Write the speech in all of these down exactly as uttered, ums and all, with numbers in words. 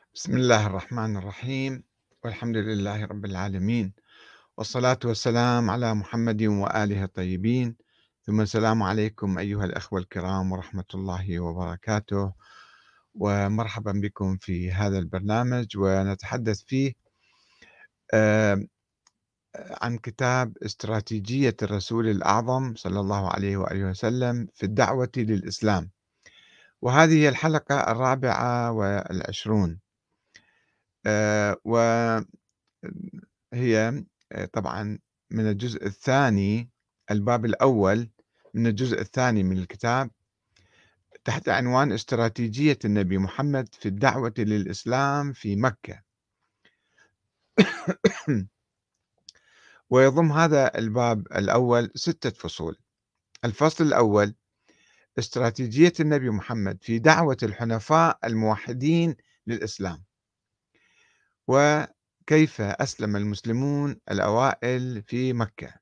بسم الله الرحمن الرحيم، والحمد لله رب العالمين، والصلاة والسلام على محمد وآله الطيبين، ثم السلام عليكم أيها الأخوة الكرام ورحمة الله وبركاته، ومرحبا بكم في هذا البرنامج ونتحدث فيه آه، عن كتاب استراتيجية الرسول الأعظم صلى الله عليه وآله وسلم في الدعوة للإسلام، وهذه هي الحلقة الرابعة والعشرون. آه، و هي آآ طبعًا من الجزء الثاني، الباب الأول من الجزء الثاني من الكتاب، تحت عنوان استراتيجية النبي محمد في الدعوة للإسلام في مكة. ويضم هذا الباب الأول ستة فصول. الفصل الأول: استراتيجية النبي محمد في دعوة الحنفاء الموحدين للإسلام، وكيف أسلم المسلمون الأوائل في مكة.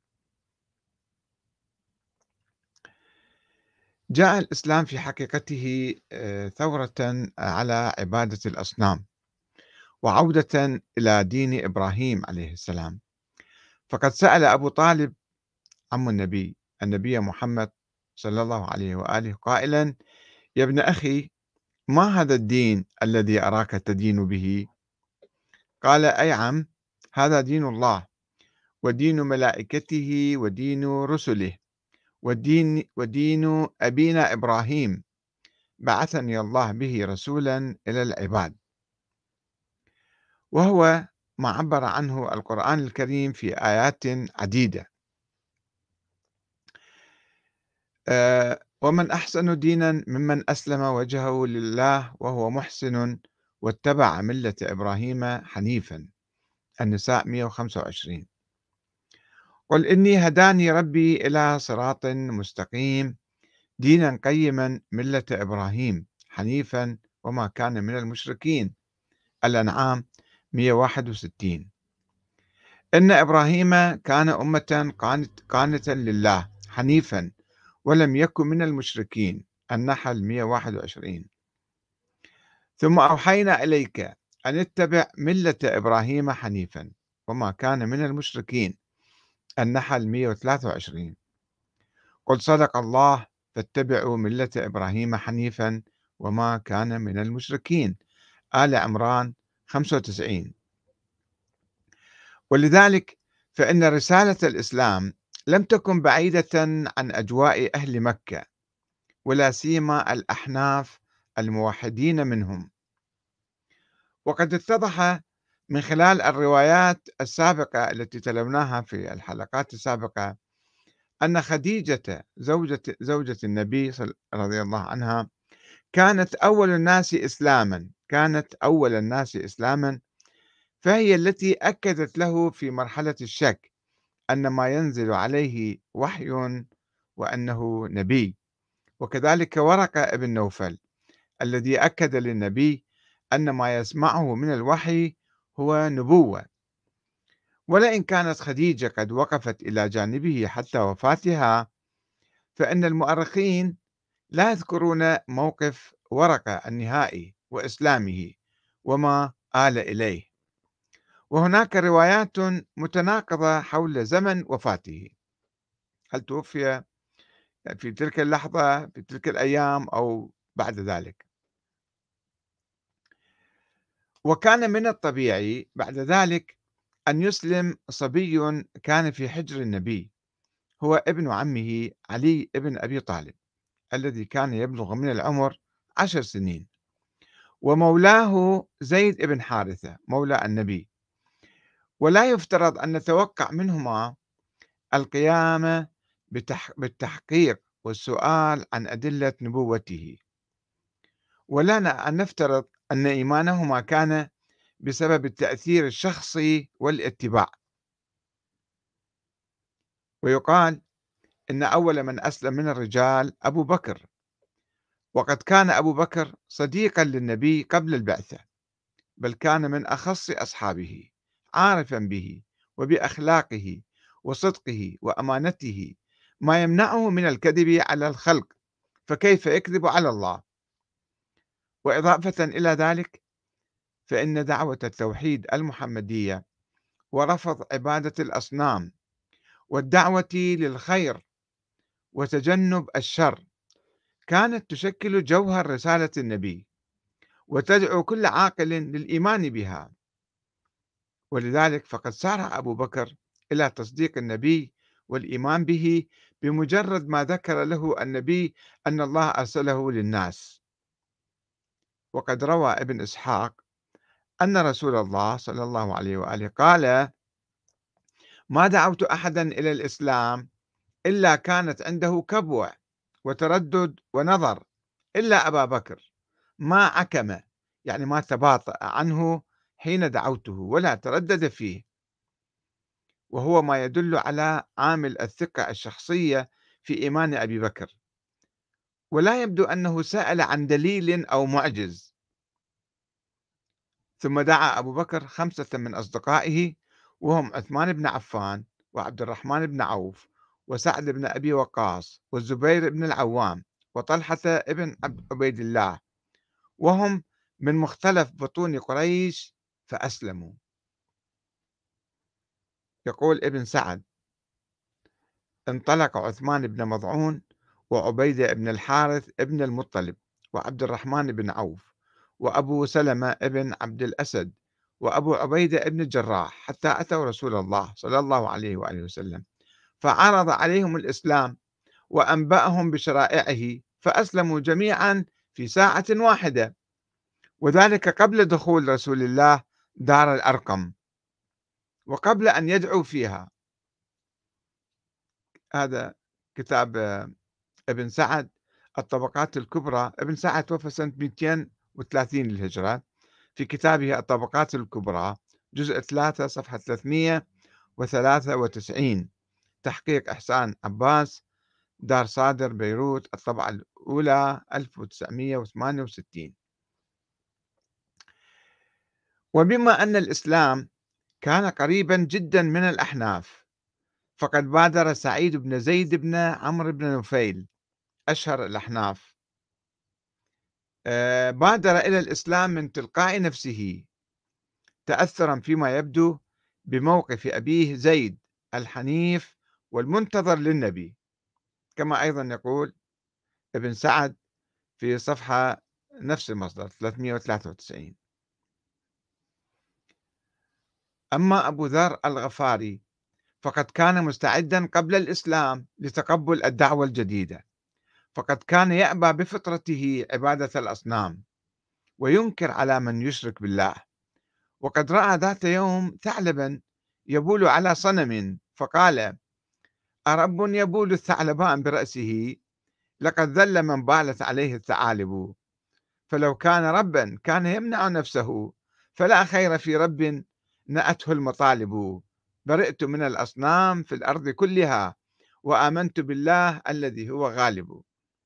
جاء الإسلام في حقيقته آآ ثورةً على عبادة الأصنام، وعودة إلى دين إبراهيم عليه السلام. فقد سأل أبو طالب عمُّ النبي، النبي محمد صلى الله عليه وآله قائلًا: يا ابن أخي، ما هذا الدين الذي أراك تدين به؟ قال: أي عم، هذا دين الله، ودين ملائكته، ودين رسله، ودين ودين أبينا إبراهيم، بعثني الله به رسولًا إلى العباد. وهو ما عبر عنه القرآن الكريم في آيات عديدة. آه، ومن أحسن دينا ممن أسلم وجهه لله وهو محسن واتبع ملة إبراهيم حنيفا. النساء مئة وخمسة وعشرين. قل إني هداني ربي إلى صراط مستقيم دينا قيما ملة إبراهيم حنيفا وما كان من المشركين. الأنعام مئة وواحد وستين. إن إبراهيم كان أمة قانت قانتا لله حنيفا ولم يكن من المشركين. النحل مئة وواحد وعشرين. ثم أوحينا إليك أن اتبع ملة إبراهيم حنيفا وما كان من المشركين. النحل مئة وثلاثة وعشرين. قل صدق الله فاتبعوا ملة إبراهيم حنيفا وما كان من المشركين. آل عمران خمسة وتسعين. ولذلك فإن رسالة الإسلام لم تكن بعيدة عن أجواء أهل مكة، ولا سيما الأحناف الموحدين منهم. وقد اتضح من خلال الروايات السابقة التي تلوناها في الحلقات السابقة أن خديجة زوجة زوجة النبي رضي الله عنها كانت أول الناس إسلاما، كانت أول الناس إسلاما، فهي التي أكدت له في مرحلة الشك أن ما ينزل عليه وحي وأنه نبي. وكذلك ورقة ابن نوفل الذي أكد للنبي أن ما يسمعه من الوحي هو نبوة. ولئن كانت خديجة قد وقفت إلى جانبه حتى وفاتها، فإن المؤرخين لا يذكرون موقف ورقة النهائي وإسلامه وما آل إليه. وهناك روايات متناقضة حول زمن وفاته، هل توفي في تلك اللحظة في تلك الأيام أو بعد ذلك. وكان من الطبيعي بعد ذلك أن يسلم صبي كان في حجر النبي، هو ابن عمه علي بن أبي طالب الذي كان يبلغ من العمر عشر سنين، ومولاه زيد بن حارثة مولى النبي. ولا يفترض أن نتوقع منهما القيام بتح بالتحقيق والسؤال عن أدلة نبوته، ولا أن نفترض أن إيمانهما كان بسبب التأثير الشخصي والاتباع. ويقال إن أول من أسلم من الرجال أبو بكر، وقد كان أبو بكر صديقا للنبي قبل البعثة، بل كان من أخص أصحابه، عارفا به وبأخلاقه وصدقه وأمانته، ما يمنعه من الكذب على الخلق، فكيف يكذب على الله؟ وإضافة إلى ذلك، فإن دعوة التوحيد المحمدية ورفض عبادة الأصنام والدعوة للخير وتجنب الشر كانت تشكل جوهر رسالة النبي، وتدعو كل عاقل للإيمان بها. ولذلك فقد سارع أبو بكر إلى تصديق النبي والإيمان به بمجرد ما ذكر له النبي أن الله أرسله للناس. وقد روى ابن إسحاق أن رسول الله صلى الله عليه وآله قال: ما دعوت أحدا إلى الإسلام إلا كانت عنده كبوة وتردد ونظر إلا أبا بكر، ما عكم، يعني ما تباطأ عنه حين دعوته ولا تردد فيه، وهو ما يدل على عامل الثقة الشخصية في إيمان أبي بكر. ولا يبدو أنه سأل عن دليل أو معجز. ثم دعا أبو بكر خمسة من أصدقائه، وهم عثمان بن عفان وعبد الرحمن بن عوف وسعد بن أبي وقاص والزبير بن العوام وطلحة بن عبيد الله، وهم من مختلف بطون قريش، فأسلموا. يقول ابن سعد: انطلق عثمان بن مضعون وعبيدة بن الحارث بن المطلب وعبد الرحمن بن عوف وأبو سلمة بن عبد الأسد وأبو عبيدة بن الجراح حتى أتوا رسول الله صلى الله عليه وآله وسلم، فعرض عليهم الإسلام وأنبأهم بشرائعه، فأسلموا جميعا في ساعة واحدة، وذلك قبل دخول رسول الله دار الأرقم وقبل أن يدعوا فيها. هذا كتاب ابن سعد الطبقات الكبرى. ابن سعد توفى سنة مئتين وثلاثين للهجرة. في كتابه الطبقات الكبرى جزء ثلاثة صفحة ثلاثمئة وثلاثة وتسعين، تحقيق إحسان عباس، دار صادر بيروت، الطبعة الأولى ألف وتسعمئة وثمانية وستين. وبما أن الإسلام كان قريبا جدا من الأحناف، فقد بادر سعيد بن زيد بن عمرو بن نفيل أشهر الأحناف، آه، بادر إلى الإسلام من تلقاء نفسه، تأثرا فيما يبدو بموقف أبيه زيد الحنيف والمنتظر للنبي، كما أيضا يقول ابن سعد في صفحة نفس المصدر ثلاثمئة وثلاثة وتسعين. أما أبو ذر الغفاري فقد كان مستعدا قبل الإسلام لتقبل الدعوة الجديدة، فقد كان يأبى بفطرته عبادة الأصنام وينكر على من يشرك بالله. وقد رأى ذات يوم ثعلبا يبول على صنم، فقال: أرب يبول الثعلبان برأسه؟ لقد ذل من بالت عليه الثعالب. فلو كان ربا كان يمنع نفسه، فلا خير في رب نأته المطالب. برئت من الأصنام في الأرض كلها، وآمنت بالله الذي هو غالب.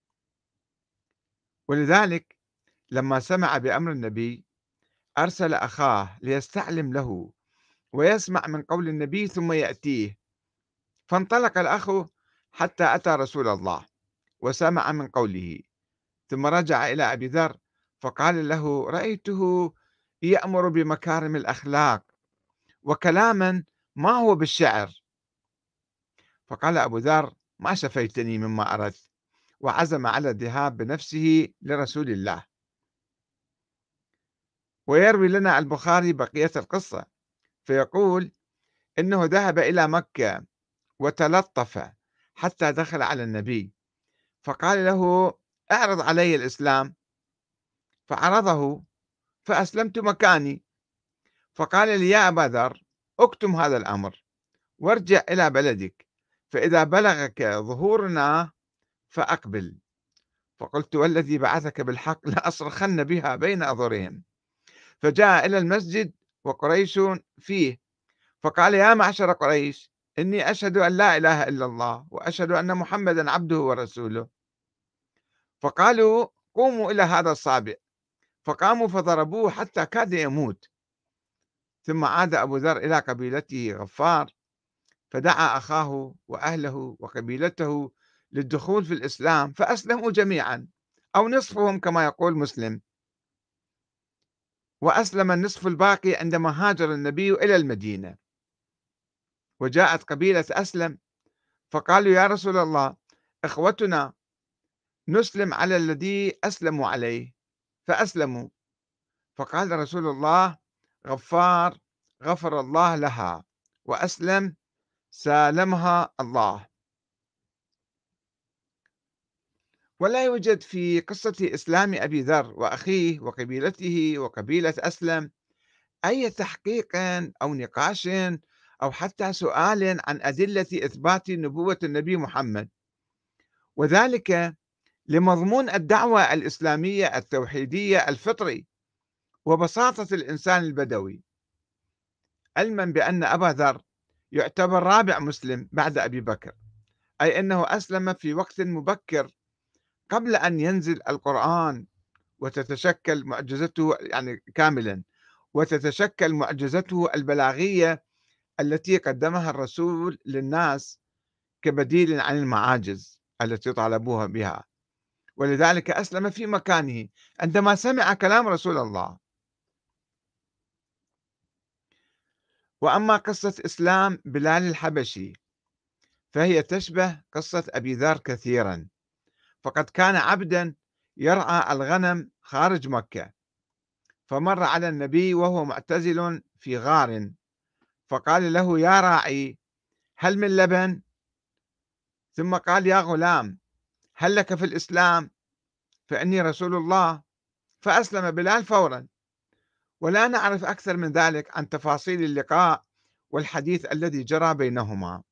ولذلك لما سمع بأمر النبي أرسل أخاه ليستعلم له ويسمع من قول النبي ثم يأتيه. فانطلق الأخ حتى أتى رسول الله وسمع من قوله، ثم رجع إلى أبي ذر فقال له: رأيته يأمر بمكارم الأخلاق وكلاما ما هو بالشعر. فقال أبو ذر: ما شفيتني مما أردت، وعزم على الذهاب بنفسه لرسول الله. ويروي لنا البخاري بقية القصة، فيقول إنه ذهب إلى مكة وتلطف حتى دخل على النبي، فقال له: اعرض علي الإسلام، فعرضه فأسلمت مكاني. فقال لي: يا أبا ذر، اكتم هذا الأمر وارجع إلى بلدك، فإذا بلغك ظهورنا فأقبل. فقلت: والذي بعثك بالحق لأصرخن بها بين أظهرهم. فجاء إلى المسجد وقريش فيه، فقال: يا معشر قريش، إني أشهد أن لا إله إلا الله وأشهد أن محمدا عبده ورسوله. فقالوا: قوموا إلى هذا الصابئ. فقاموا فضربوه حتى كاد يموت. ثم عاد أبو ذر إلى قبيلته غفار، فدعا أخاه وأهله وقبيلته للدخول في الإسلام، فأسلموا جميعا أو نصفهم كما يقول مسلم. وأسلم النصف الباقي عندما هاجر النبي إلى المدينة، وجاءت قبيلة أسلم فقالوا: يا رسول الله، إخوتنا نسلم على الذي أسلموا عليه، فأسلموا. فقال رسول الله: غفار، غفر الله لها، وأسلم، سالمها الله. ولا يوجد في قصة إسلام أبي ذر وأخيه وقبيلته وقبيلة أسلم أي تحقيق أو نقاش أو حتى سؤال عن أدلة إثبات نبوة النبي محمد، وذلك لمضمون الدعوة الإسلامية التوحيدية الفطري وبساطة الإنسان البدوي، علما بأن أبا ذر يعتبر رابع مسلم بعد أبي بكر، أي أنه أسلم في وقت مبكر قبل أن ينزل القرآن وتتشكل معجزته يعني كاملا، وتتشكل معجزته البلاغية التي قدمها الرسول للناس كبديل عن المعاجز التي طالبوها بها، ولذلك أسلم في مكانه عندما سمع كلام رسول الله. وأما قصة إسلام بلال الحبشي فهي تشبه قصة أبي ذر كثيرا، فقد كان عبدا يرعى الغنم خارج مكة، فمر على النبي وهو معتزل في غار، فقال له: يا راعي، هل من لبن؟ ثم قال: يا غلام، هل لك في الإسلام؟ فإني رسول الله. فأسلم بلال فورا، ولا نعرف أكثر من ذلك عن تفاصيل اللقاء والحديث الذي جرى بينهما.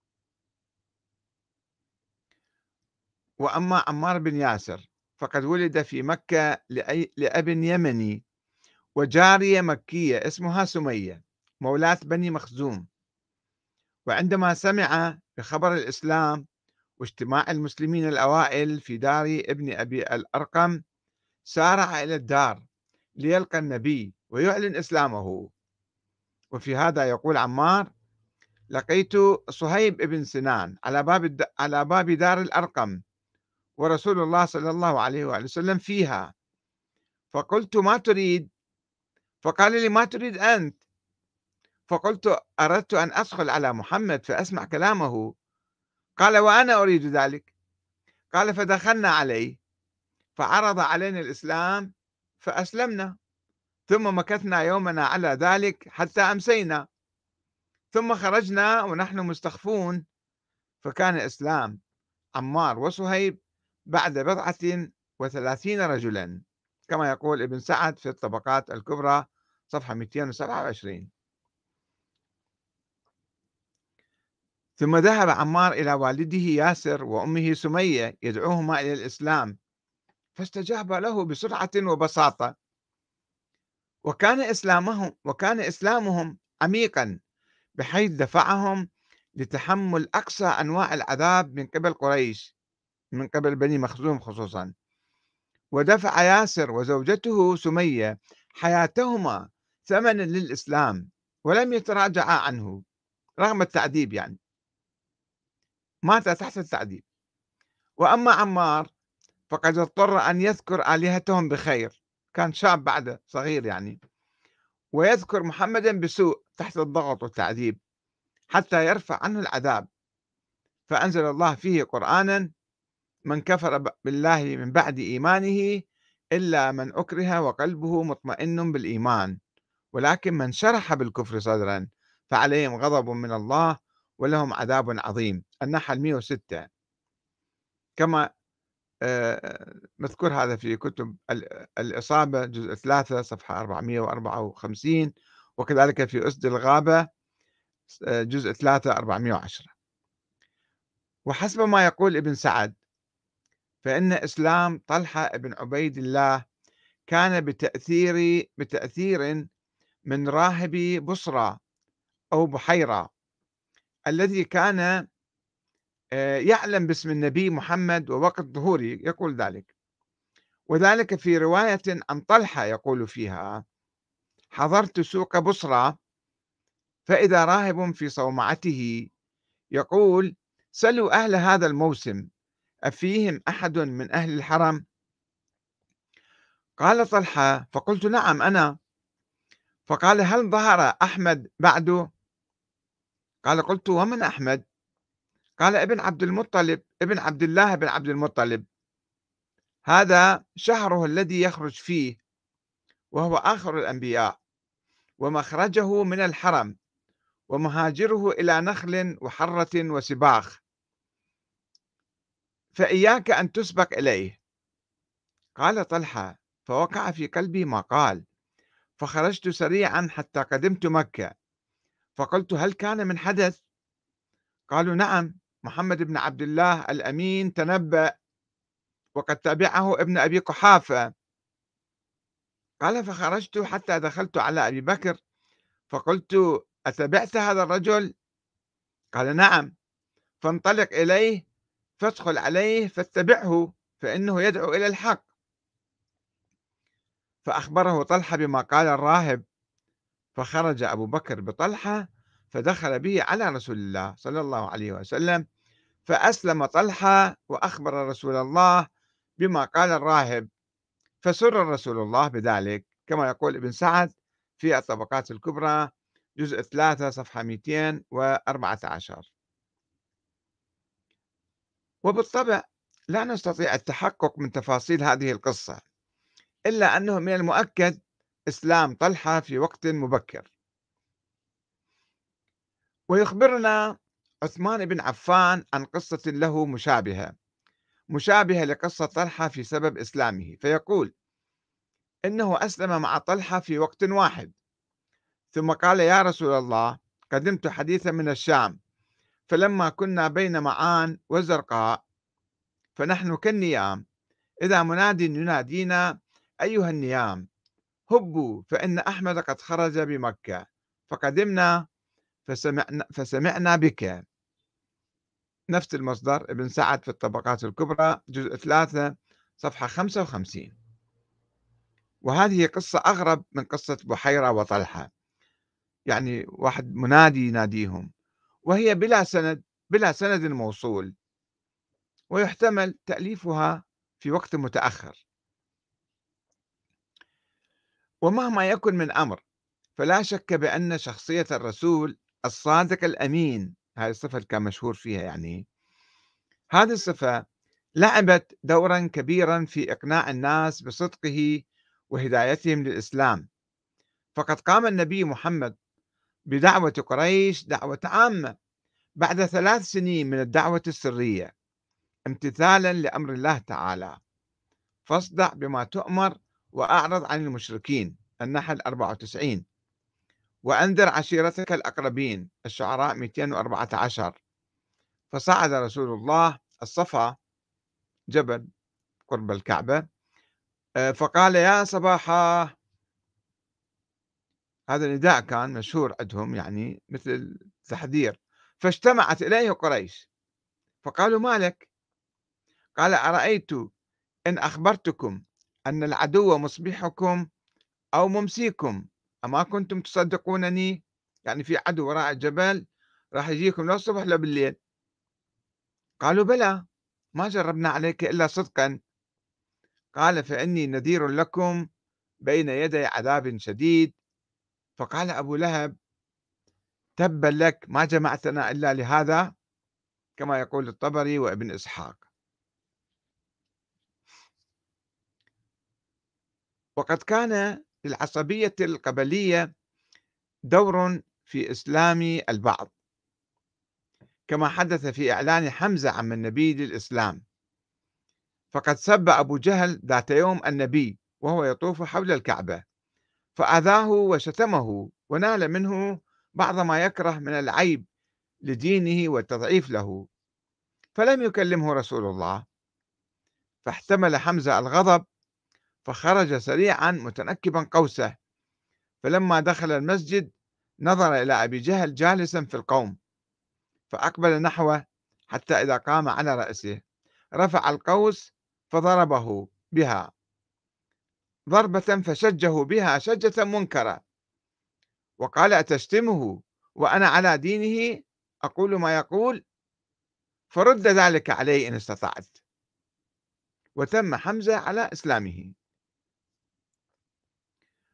وأما عمار بن ياسر فقد ولد في مكة لأب يمني وجارية مكية اسمها سمية مولاة بني مخزوم، وعندما سمع بخبر الإسلام واجتماع المسلمين الأوائل في دار ابن أبي الأرقم سارع إلى الدار ليلقى النبي ويعلن إسلامه. وفي هذا يقول عمار: لقيت صهيب بن سنان على باب الد... على باب دار الأرقم ورسول الله صلى الله عليه وآله وسلم فيها، فقلت: ما تريد؟ فقال لي: ما تريد أنت؟ فقلت: أردت أن أدخل على محمد فأسمع كلامه. قال: وأنا أريد ذلك. قال: فدخلنا عليه فعرض علينا الإسلام فأسلمنا، ثم مكثنا يومنا على ذلك حتى أمسينا، ثم خرجنا ونحن مستخفون، فكان إسلام عمار وصهيب بعد بضعة وثلاثين رجلا، كما يقول ابن سعد في الطبقات الكبرى صفحة مئتين وسبعة وعشرين. ثم ذهب عمار إلى والده ياسر وأمه سمية يدعوهما إلى الإسلام، فاستجاب له بسرعة وبساطة، وكان إسلامهم وكان إسلامهم عميقا بحيث دفعهم لتحمل أقصى أنواع العذاب من قبل قريش، من قبل بني مخزوم خصوصا، ودفع ياسر وزوجته سمية حياتهما ثمنا للإسلام ولم يتراجعا عنه رغم التعذيب، يعني مات تحت التعذيب. وأما عمار فقد اضطر أن يذكر آلهتهم بخير، كان شاب بعده صغير يعني، ويذكر محمدا بسوء تحت الضغط والتعذيب حتى يرفع عنه العذاب، فأنزل الله فيه قرآنا: من كفر بالله من بعد إيمانه إلا من أكره وقلبه مطمئن بالإيمان ولكن من شرح بالكفر صدرا فعليهم غضب من الله ولهم عذاب عظيم. النحل مئة وستة، كما آه، مذكور هذا في كتب الإصابة جزء ثلاثة صفحة أربعمئة وأربعة وخمسين، وكذلك في أسد الغابة آه، جزء ثلاثة أربعمئة وعشرة. وحسب ما يقول ابن سعد فإن إسلام طلحة بن عبيد الله كان بتأثير بتأثير من راهب بصرى أو بحيرة الذي كان آه، يعلم باسم النبي محمد ووقت ظهوره، يقول ذلك. وذلك في رواية عن طلحة يقول فيها: حضرت سوق بصرى فإذا راهب في صومعته يقول: سلوا أهل هذا الموسم أفيهم أحد من أهل الحرم؟ قال طلحة: فقلت: نعم أنا. فقال: هل ظهر أحمد بعد؟ قال: قلت: ومن أحمد؟ قال: ابن عبد المطلب، ابن عبد الله بن عبد المطلب، هذا شهره الذي يخرج فيه، وهو آخر الأنبياء، ومخرجه من الحرم، ومهاجره إلى نخل وحرة وسباخ، فإياك أن تسبق إليه. قال طلحة: فوقع في قلبي ما قال، فخرجت سريعا حتى قدمت مكة، فقلت: هل كان من حدث؟ قالوا: نعم، محمد بن عبد الله الأمين تنبأ، وقد تبعه ابن أبي قحافة. قال: فخرجت حتى دخلت على أبي بكر، فقلت: أتبعت هذا الرجل؟ قال: نعم. فانطلق إليه، فادخل عليه، فاتبعه، فإنه يدعو إلى الحق. فأخبره طلحة بما قال الراهب، فخرج أبو بكر بطلحة، فدخل به على رسول الله صلى الله عليه وسلم، فأسلم طلحة وأخبر رسول الله بما قال الراهب، فسر رسول الله بذلك، كما يقول ابن سعد في الطبقات الكبرى جزء ثلاثة صفحة مئتين وأربعة عشر. وبالطبع لا نستطيع التحقق من تفاصيل هذه القصة، إلا أنه من المؤكد إسلام طلحة في وقت مبكر. ويخبرنا عثمان بن عفان عن قصة له مشابهة مشابهة لقصة طلحة في سبب إسلامه، فيقول إنه أسلم مع طلحة في وقت واحد، ثم قال: يا رسول الله، قدمت حديثا من الشام، فلما كنا بين معان وزرقاء فنحن كالنيام، إذا مناد ينادينا: أيها النيام، هبوا فإن أحمد قد خرج بمكة. فقدمنا فسمعنا, فسمعنا بك. نفس المصدر ابن سعد في الطبقات الكبرى جزء ثلاثة صفحة خمسة وخمسين. وهذه قصة أغرب من قصة بحيرة وطلحة، يعني واحد منادي يناديهم، وهي بلا سند بلا سند موصول، ويحتمل تأليفها في وقت متأخر. ومهما يكن من أمر، فلا شك بأن شخصية الرسول الصادق الأمين، هذه الصفة اللي كان مشهور فيها، يعني هذه الصفة لعبت دورا كبيرا في إقناع الناس بصدقه وهدايتهم للإسلام. فقد قام النبي محمد بدعوة قريش دعوة عامة بعد ثلاث سنين من الدعوة السرية، امتثالا لأمر الله تعالى: فاصدع بما تؤمر وأعرض عن المشركين، النحل أربعة وتسعين، وأنذر عشيرتك الأقربين، الشعراء مئتين وأربعة عشر. فصعد رسول الله الصفا، جبل قرب الكعبة، آه، فقال: يا صباحا. هذا النداء كان مشهور عندهم، يعني مثل تحذير. فاجتمعت إليه قريش، فقالوا: ما لك؟ قال: أرأيت إن أخبرتكم أن العدو مصبحكم أو ممسيكم، أما كنتم تصدقونني؟ يعني في عدو وراء الجبل راح يجيكم لا الصبح لا بالليل. قالوا: بلى، ما جربنا عليك إلا صدقا. قال: فإني نذير لكم بين يدي عذاب شديد. فقال أبو لهب: تبا لك، ما جمعتنا إلا لهذا، كما يقول الطبري وابن إسحاق. وقد كان للعصبية القبلية دور في إسلام البعض، كما حدث في إعلان حمزة عم النبي للإسلام. فقد سب أبو جهل ذات يوم النبي وهو يطوف حول الكعبة، فأذاه وشتمه، ونال منه بعض ما يكره من العيب لدينه والتضعيف له، فلم يكلمه رسول الله. فاحتمل حمزة الغضب، فخرج سريعا متنكبا قوسه، فلما دخل المسجد نظر إلى أبي جهل جالسا في القوم، فأقبل نحوه حتى إذا قام على رأسه رفع القوس فضربه بها ضربة فشجه بها شجة منكرة، وقال: أتشتمه وأنا على دينه أقول ما يقول؟ فرد ذلك علي إن استطعت. وتم حمزة على إسلامه.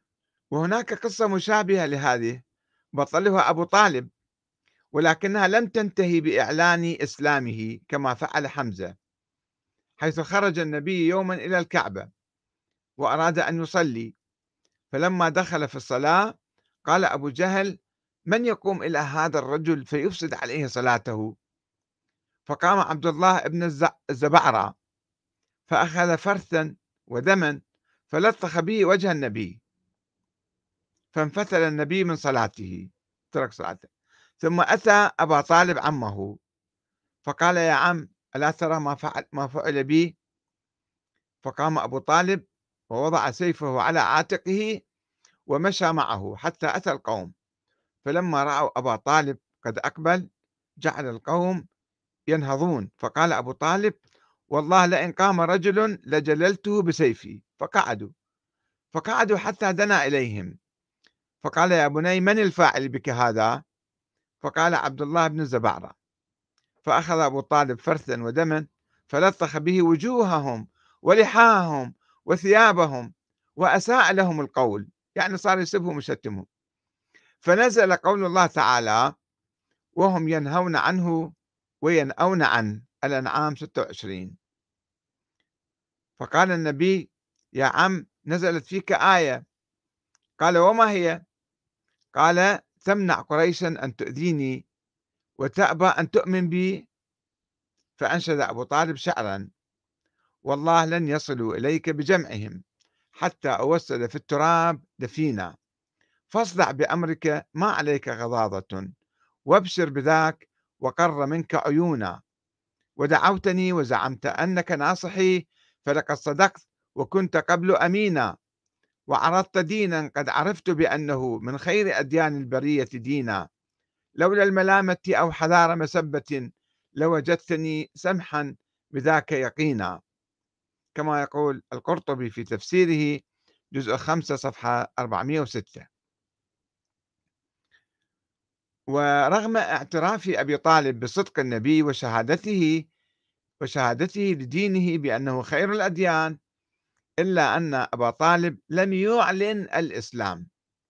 وهناك قصة مشابهة لهذه بطلها أبو طالب، ولكنها لم تنتهي بإعلان إسلامه كما فعل حمزة، حيث خرج النبي يوما إلى الكعبة وأراد أن يصلي، فلما دخل في الصلاة قال أبو جهل: من يقوم إلى هذا الرجل فيفسد عليه صلاته؟ فقام عبد الله بن الز- الزبعرة فأخذ فرثا ودما فلطخ به وجه النبي، فانفتل النبي من صلاته، ترك صلاته. ثم أتى أبا طالب عمه فقال: يا عم، ألا ترى ما فعل, ما فعل بي؟ فقام أبو طالب ووضع سيفه على عاتقه ومشى معه حتى أتى القوم، فلما رأوا أبا طالب قد أقبل جعل القوم ينهضون، فقال أبو طالب: والله لئن قام رجل لجللته بسيفي. فقعدوا فقعدوا حتى دنا إليهم، فقال: يا بني، من الفاعل بك هذا؟ فقال: عبد الله بن الزبعرة. فأخذ أبو طالب فرثا ودما فلطخ به وجوههم ولحاهم وثيابهم وأساء لهم القول، يعني صار يسبهم ويشتمهم. فنزل قول الله تعالى: وهم ينهون عنه وينأون عنه، الأنعام ستة وعشرين. فقال النبي: يا عم، نزلت فيك آية. قال: وما هي؟ قال: تمنع قريشا أن تؤذيني وتأبى أن تؤمن بي. فأنشد أبو طالب شعرا: والله لن يصلوا إليك بجمعهم حتى أوسد في التراب دفينا، فاصدع بأمرك ما عليك غضاضة، وابشر بذاك وقر منك عيونا، ودعوتني وزعمت أنك ناصحي، فلقد صدقت وكنت قبل أمينا، وعرضت دينا قد عرفت بأنه من خير أديان البرية دينا، لولا الملامة أو حذار مسبة لوجدتني سمحا بذاك يقينا، كما يقول القرطبي في تفسيره جزء خمسة صفحة أربعمئة وستة. ورغم اعتراف أبي طالب بصدق النبي وشهادته وشهادته لدينه بأنه خير الأديان، إلا أن أبا طالب لم يعلن الإسلام.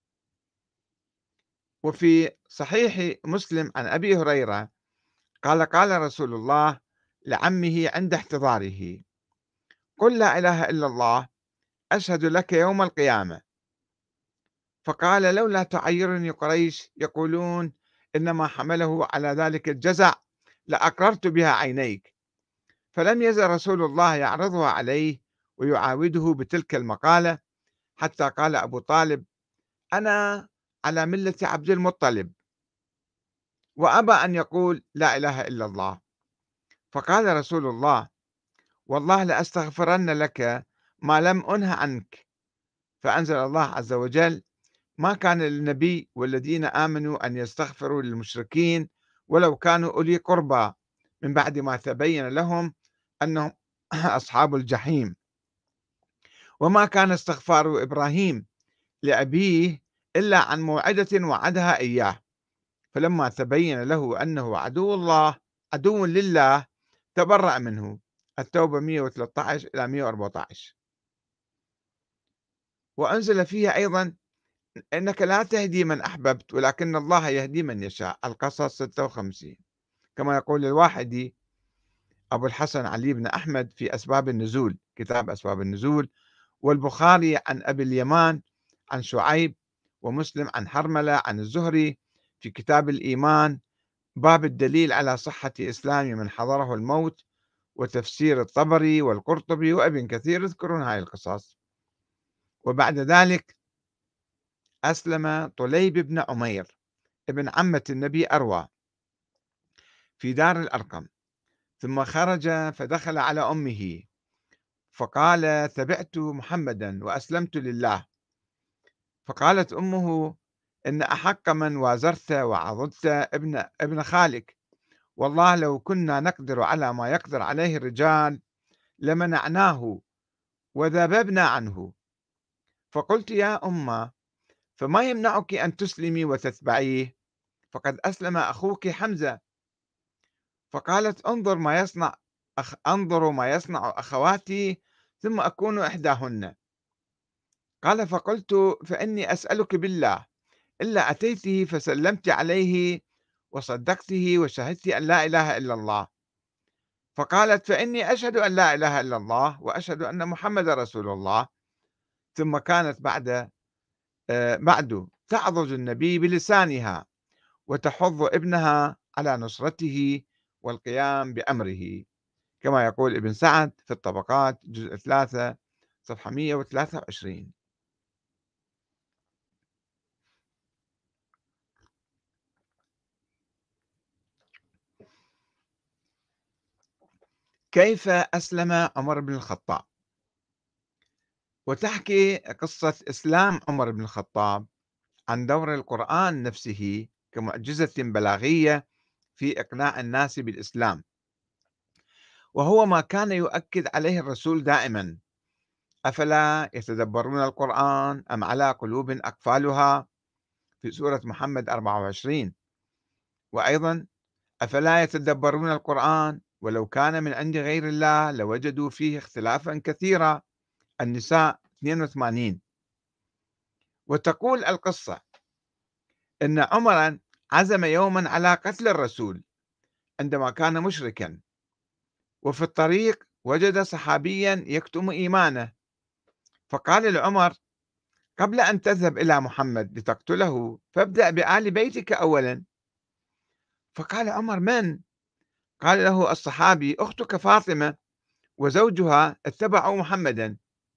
وفي صحيح مسلم عن أبي هريرة قال: قال رسول الله لعمه عند احتضاره: قل لا إله إلا الله أشهد لك يوم القيامة. فقال: لولا تعيرني قريش يقولون إنما حمله على ذلك الجزع لأقررت بها عينيك. فلم يزل رسول الله يعرضها عليه ويعاوده بتلك المقالة، حتى قال أبو طالب: أنا على ملة عبد المطلب، وأبى أن يقول لا إله إلا الله. فقال رسول الله: والله لأستغفرن لك ما لم أنه عنك. فأنزل الله عز وجل: ما كان للنبي والذين آمنوا أن يستغفروا للمشركين ولو كانوا أولي قربى من بعد ما تبين لهم أنهم أصحاب الجحيم. وما كان استغفار إبراهيم لأبيه إلا عن موعدة وعدها إياه، فلما تبين له أنه عدو الله عدو لله تبرأ منه. التوبة مئة وثلاثة عشر إلى مئة وأربعة عشر. وأنزل فيها أيضا: إنك لا تهدي من أحببت ولكن الله يهدي من يشاء، القصص ستة وخمسين. كما يقول الواحدي أبو الحسن علي بن أحمد في أسباب النزول، كتاب أسباب النزول، والبخاري عن أبي اليمان عن شعيب، ومسلم عن حرملة عن الزهري في كتاب الإيمان، باب الدليل على صحة إسلام من حضره الموت، وتفسير الطبري والقرطبي وابن كثير يذكرون هاي القصص. وبعد ذلك أسلم طليب بن عمير ابن عمة النبي أروى في دار الأرقم، ثم خرج فدخل على أمه فقال: تبعت محمدا وأسلمت لله. فقالت أمه: إن أحق من وازرت وعضدت ابن ابن خالك، والله لو كنا نقدر على ما يقدر عليه الرجال لمنعناه وذببنا عنه. فقلت: يا أمه، فما يمنعك أن تسلمي وتتبعيه؟ فقد أسلم أخوك حمزة. فقالت: انظر ما يصنع أخ... انظروا ما يصنع أخواتي ثم أكون إحداهن. قال: فقلت: فإني أسألك بالله إلا أتيته فسلمت عليه وصدقته وشهدت أن لا إله إلا الله. فقالت: فإني أشهد أن لا إله إلا الله وأشهد أن محمد رسول الله. ثم كانت بعد آه، بعد تعظج النبي بلسانها وتحض ابنها على نصرته والقيام بأمره، كما يقول ابن سعد في الطبقات جزء ثلاثة صفحة مئة وثلاثة وعشرين. كيف أسلم عمر بن الخطاب؟ وتحكي قصة إسلام عمر بن الخطاب عن دور القرآن نفسه كمعجزة بلاغية في إقناع الناس بالإسلام، وهو ما كان يؤكد عليه الرسول دائما: أفلا يتدبرون القرآن أم على قلوب أقفالها، في سورة محمد أربعة وعشرين. وأيضا: أفلا يتدبرون القرآن ولو كان من عند غير الله لوجدوا فيه اختلافا كثيرا، النساء اثنين وثمانين. وتقول القصة أن عمرا عزم يوما على قتل الرسول عندما كان مشركا، وفي الطريق وجد صحابيا يكتم إيمانه، فقال لعمر: قبل أن تذهب إلى محمد لتقتله فابدأ بآل بيتك أولا. فقال عمر: من؟ قال له: الصحابي أختك فاطمة وزوجها اتبعوا محمدا.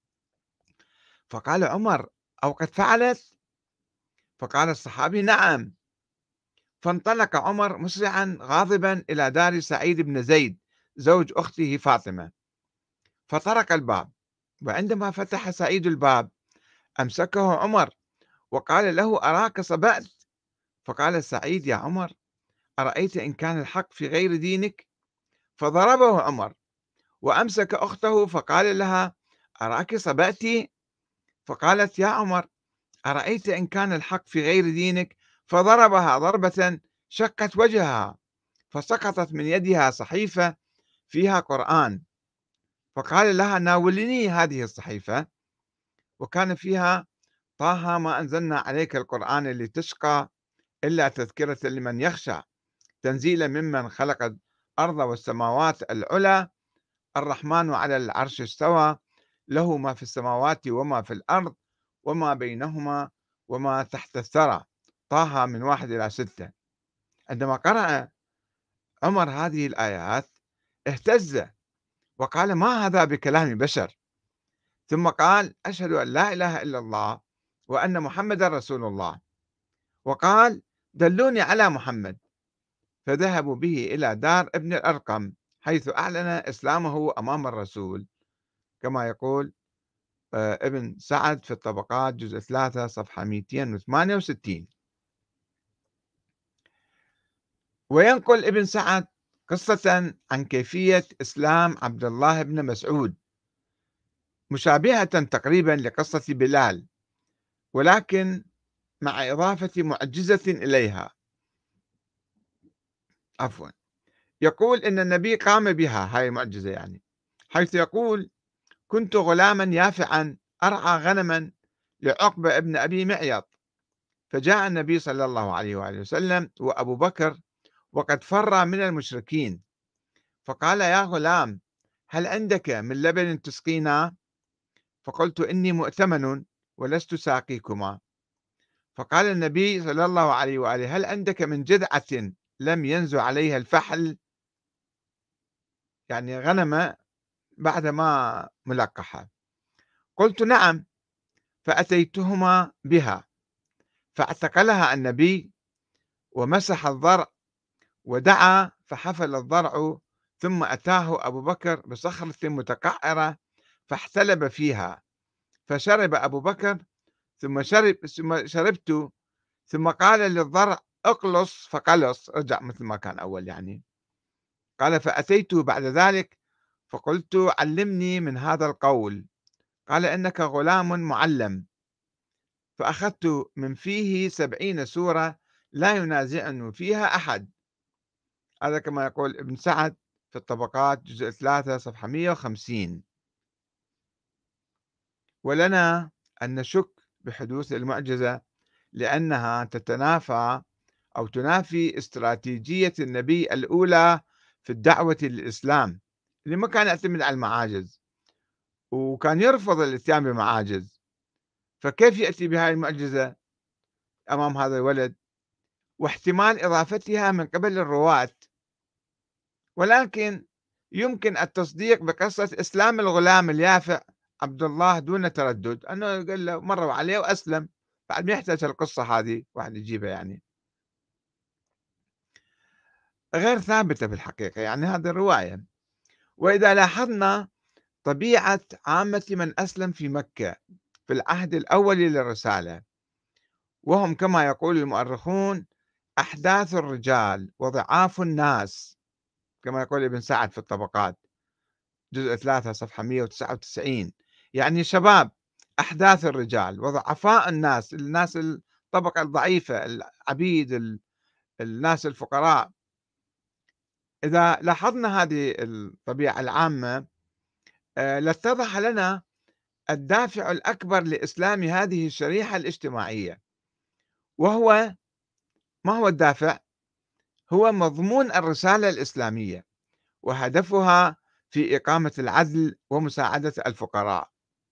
فقال عمر: أو قد فعلت؟ فقال الصحابي: نعم. فانطلق عمر مسرعا غاضبا إلى دار سعيد بن زيد زوج أخته فاطمة، فطرق الباب، وعندما فتح سعيد الباب أمسكه عمر وقال له: أراك صبأت. فقال سعيد: يا عمر، أرأيت إن كان الحق في غير دينك؟ فضربه عمر وأمسك أخته فقال لها: أراك صبأت؟ فقالت: يا عمر، أرأيت إن كان الحق في غير دينك؟ فضربها ضربة شقت وجهها، فسقطت من يدها صحيفة فيها قرآن، فقال لها: ناولني هذه الصحيفة. وكان فيها: طه ما أنزلنا عليك القرآن لتشقى إلا تذكرة لمن يخشى، تنزيلا ممن خلق الأرض والسماوات العلى، الرحمن على العرش استوى، له ما في السماوات وما في الأرض وما بينهما وما تحت الثرى. طه من واحد إلى ستة. عندما قرأ عمر هذه الآيات اهتز وقال: ما هذا بكلام بشر. ثم قال: أشهد أن لا إله إلا الله وأن محمد رسول الله. وقال: دلوني على محمد. فذهبوا به إلى دار ابن الأرقم حيث أعلن إسلامه أمام الرسول، كما يقول آه، ابن سعد في الطبقات جزء ثلاثة صفحة مئتين وثمانية وستين. وينقل ابن سعد قصة عن كيفية إسلام عبد الله بن مسعود مشابهة تقريبا لقصة بلال، ولكن مع إضافة معجزة إليها. عفوا. يقول إن النبي قام بها، هاي المعجزة يعني، حيث يقول: كنت غلاما يافعا أرعى غنما لعقبة ابن أبي معيط، فجاء النبي صلى الله عليه وآله وسلم وأبو بكر وقد فر من المشركين، فقال: يا غلام، هل عندك من لبن تسقينا؟ فقلت: إني مؤتمن ولست ساقيكما. فقال النبي صلى الله عليه وآله: هل عندك من جذعة لم ينزو عليها الفحل؟ يعني غنمة بعد ما ملقحة. قلت: نعم. فأتيتهما بها، فاعتقلها النبي ومسح الضرع ودعا فحفل الضرع، ثم أتاه أبو بكر بصخرة متقعرة فاحتلب فيها، فشرب أبو بكر، ثم شرب ثم شربت، ثم قال للضرع: اقلص، فقلص، رجع مثل ما كان أول يعني. قال: فأتيت بعد ذلك فقلت: علمني من هذا القول. قال: إنك غلام معلم. فأخذت من فيه سبعين سورة لا ينازعني فيها أحد. هذا كما يقول ابن سعد في الطبقات جزء ثلاثة صفحة مئة وخمسين. ولنا أن نشك بحدوث المعجزة لأنها تتنافى أو تنافي استراتيجية النبي الأولى في الدعوة للإسلام، اللي ما كان يعتمد على المعاجز وكان يرفض الاتيان بمعاجز. فكيف يأتي بهذه المعجزة أمام هذا الولد، واحتمال إضافتها من قبل الرواة؟ ولكن يمكن التصديق بقصة إسلام الغلام اليافع عبد الله دون تردد، أنه قال له مروا عليه وأسلم، بعد ما يحتاج القصة هذه واحد يجيبها يعني غير ثابتة في الحقيقة، يعني هذه الرواية. وإذا لاحظنا طبيعة عامة من أسلم في مكة في العهد الأول للرسالة، وهم كما يقول المؤرخون أحداث الرجال وضعاف الناس، كما يقول ابن سعد في الطبقات جزء ثلاثة صفحة مئة وتسعة وتسعين، يعني شباب أحداث الرجال وضعفاء الناس، الناس الطبقة الضعيفة، العبيد، ال- الناس الفقراء. إذا لاحظنا هذه الطبيعة العامة آه، لاتضح لنا الدافع الأكبر لإسلام هذه الشريحة الاجتماعية، وهو ما هو الدافع؟ هو مضمون الرسالة الإسلامية وهدفها في إقامة العدل ومساعدة الفقراء،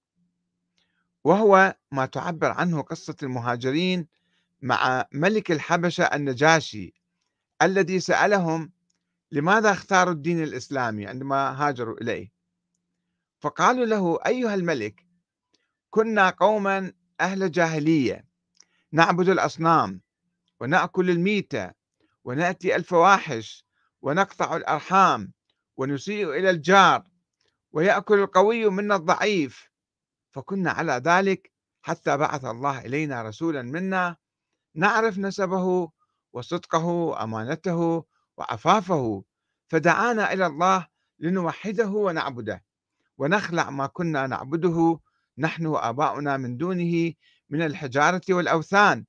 وهو ما تعبر عنه قصة المهاجرين مع ملك الحبشة النجاشي، الذي سألهم لماذا اختاروا الدين الإسلامي عندما هاجروا إليه، فقالوا له أيها الملك كنا قوما أهل جاهلية نعبد الأصنام ونأكل الميتة ونأتي الفواحش ونقطع الأرحام ونسيء إلى الجار ويأكل القوي منا الضعيف، فكنا على ذلك حتى بعث الله إلينا رسولا منا نعرف نسبه وصدقه وأمانته وعفافه، فدعانا إلى الله لنوحده ونعبده ونخلع ما كنا نعبده نحن وآباؤنا من دونه من الحجارة والأوثان،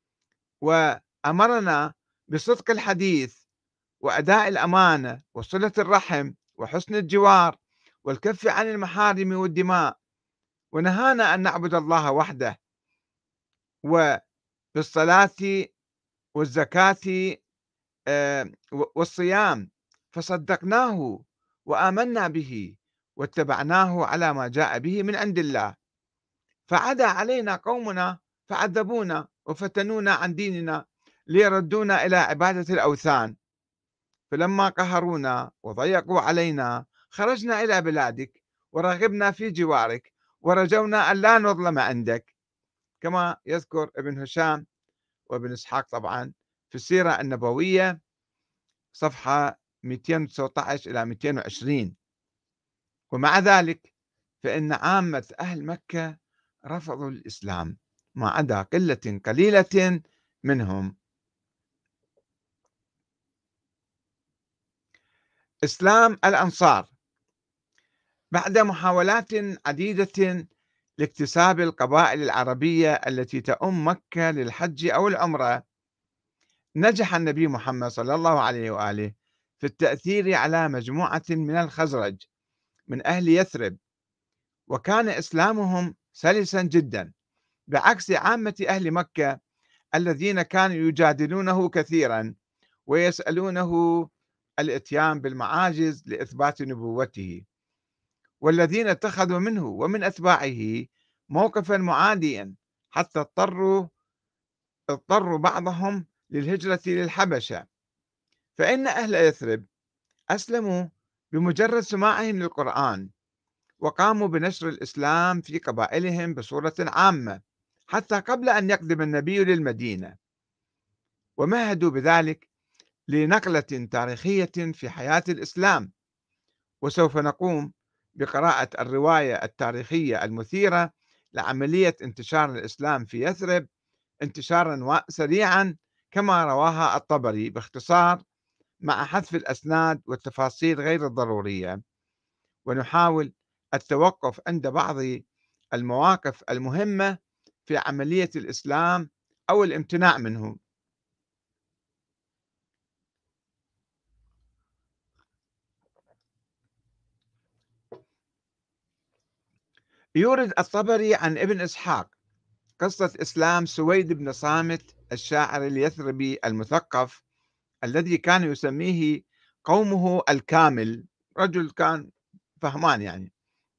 وأمرنا بصدق الحديث وأداء الأمانة وصلة الرحم وحسن الجوار والكف عن المحارم والدماء، ونهانا أن نعبد الله وحده وبالصلاة والزكاة آه، والصيام، فصدقناه وآمنا به واتبعناه على ما جاء به من عند الله، فعدا علينا قومنا فعذبونا وفتنونا عن ديننا ليردونا إلى عبادة الأوثان، فلما قهرونا وضيقوا علينا خرجنا إلى بلادك ورغبنا في جوارك ورجونا أن لا نظلم عندك، كما يذكر ابن هشام وابن إسحاق طبعا في السيرة النبوية صفحة مئتين وتسعة عشر إلى مئتين وعشرين. ومع ذلك فإن عامة أهل مكة رفضوا الإسلام ما عدا قلة قليلة منهم. إسلام الأنصار بعد محاولات عديدة لاكتساب القبائل العربية التي تؤم مكة للحج أو العمرة، نجح النبي محمد صلى الله عليه وآله في التأثير على مجموعة من الخزرج من أهل يثرب، وكان إسلامهم سلسا جدا بعكس عامة أهل مكة الذين كانوا يجادلونه كثيرا ويسألونه الإتيان بالمعاجز لإثبات نبوته، والذين اتخذوا منه ومن أتباعه موقفا معاديا حتى اضطروا اضطروا بعضهم للهجرة للحبشة. فإن أهل يثرب أسلموا بمجرد سماعهم للقرآن، وقاموا بنشر الإسلام في قبائلهم بصورة عامة حتى قبل أن يقدم النبي للمدينة، ومهدوا بذلك لنقلة تاريخية في حياة الإسلام. وسوف نقوم بقراءة الرواية التاريخية المثيرة لعملية انتشار الإسلام في يثرب انتشارا سريعا كما رواها الطبري باختصار مع حذف الأسناد والتفاصيل غير الضرورية، ونحاول التوقف عند بعض المواقف المهمة في عملية الإسلام أو الامتناع منه. يورد الطبري عن ابن إسحاق قصة إسلام سويد بن صامت الشاعر اليثربي المثقف الذي كان يسميه قومه الكامل، رجل كان فهمان يعني،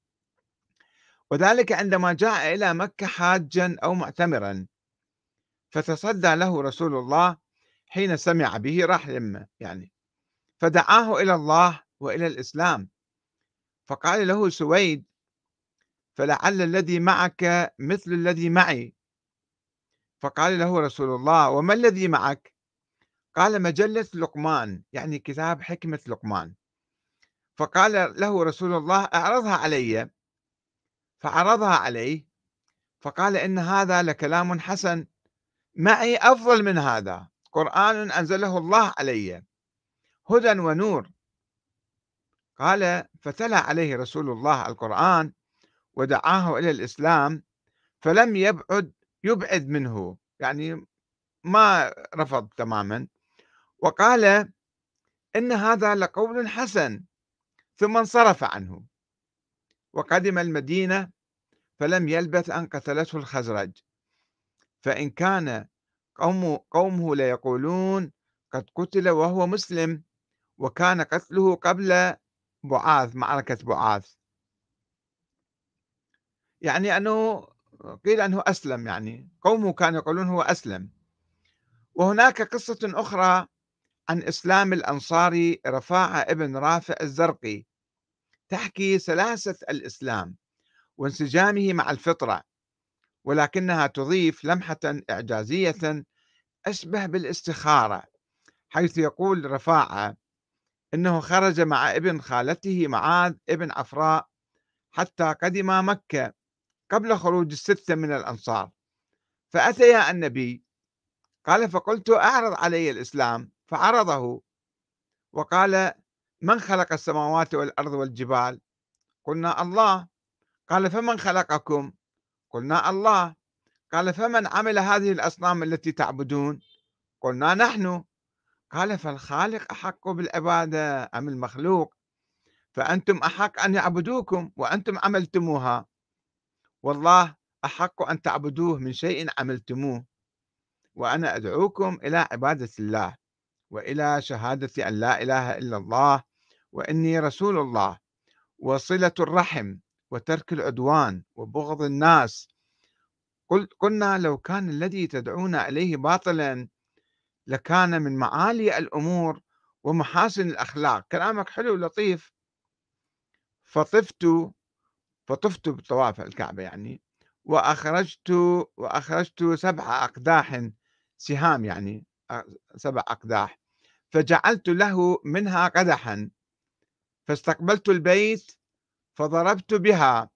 وذلك عندما جاء إلى مكة حاجا أو معتمرا، فتصدى له رسول الله حين سمع به، راح يمه يعني، فدعاه إلى الله وإلى الإسلام، فقال له سويد: فلعل الذي معك مثل الذي معي. فقال له رسول الله: وما الذي معك؟ قال: مجلة لقمان، يعني كتاب حكمة لقمان. فقال له رسول الله: اعرضها علي. فعرضها عليه، فقال: إن هذا لكلام حسن، معي أفضل من هذا، قرآن أنزله الله علي، هدى ونور. قال: فتلا عليه رسول الله القرآن ودعاه إلى الإسلام، فلم يبعد يبعد منه، يعني ما رفض تماما، وقال: إن هذا لقول حسن، ثم انصرف عنه وقدم المدينة، فلم يلبث أن قتلته الخزرج، فإن كان قوم قومه ليقولون قد قتل وهو مسلم، وكان قتله قبل بعاث، معركة بعاث، يعني أنه قيل أنه أسلم، يعني قومه كانوا يقولون هو أسلم. وهناك قصة أخرى عن إسلام الأنصاري رفاعة ابن رافع الزرقي، تحكي سلاسة الإسلام وانسجامه مع الفطرة، ولكنها تضيف لمحة إعجازية أشبه بالاستخارة، حيث يقول رفاعة إنه خرج مع ابن خالته معاذ ابن عفراء حتى قدم مكة قبل خروج الستة من الأنصار، فأتيا النبي. قال: فقلت: أعرض علي الإسلام. فعرضه وقال: من خلق السماوات والأرض والجبال؟ قلنا: الله. قال: فمن خلقكم؟ قلنا: الله. قال: فمن عمل هذه الأصنام التي تعبدون؟ قلنا: نحن. قال: فالخالق أحق بالعبادة أم المخلوق؟ فأنتم أحق أن يعبدوكم وأنتم عملتموها، والله أحق أن تعبدوه من شيء عملتموه، وأنا أدعوكم إلى عبادة الله وإلى شهادة أن لا إله إلا الله وإني رسول الله، وصلة الرحم وترك العدوان وبغض الناس. قلت قلنا: لو كان الذي تدعون إليه باطلا لكان من معالي الأمور ومحاسن الأخلاق. كلامك حلو لطيف. فطفت فطفت بطواف الكعبة يعني، وأخرجت وأخرجت سبع أقداح سهام، يعني سبع أقداح، فجعلت له منها قدحا، فاستقبلت البيت فضربت بها،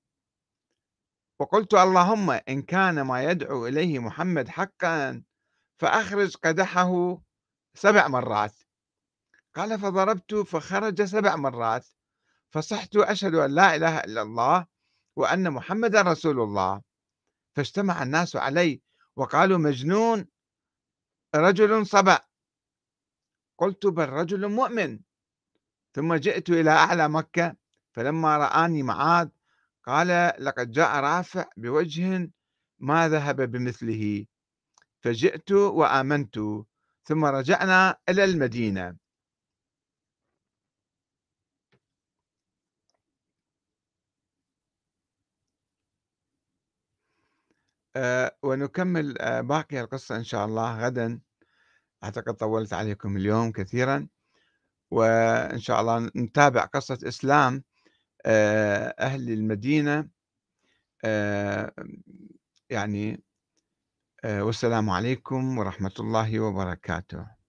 وقلت: اللهم إن كان ما يدعو إليه محمد حقا فأخرج قدحه سبع مرات. قال: فضربت فخرج سبع مرات، فصحت: أشهد أن لا إله إلا الله وأن محمدا رسول الله. فاجتمع الناس علي وقالوا: مجنون، رجل صبأ. قلت: بل رجل مؤمن. ثم جئت إلى أعلى مكة، فلما رآني معاذ قال: لقد جاء رافع بوجه ما ذهب بمثله، فجئت وآمنت، ثم رجعنا إلى المدينة. أه ونكمل أه باقي القصة إن شاء الله غدا. أعتقد طولت عليكم اليوم كثيرا، وإن شاء الله نتابع قصة إسلام أه أهل المدينة. أه يعني أه والسلام عليكم ورحمة الله وبركاته.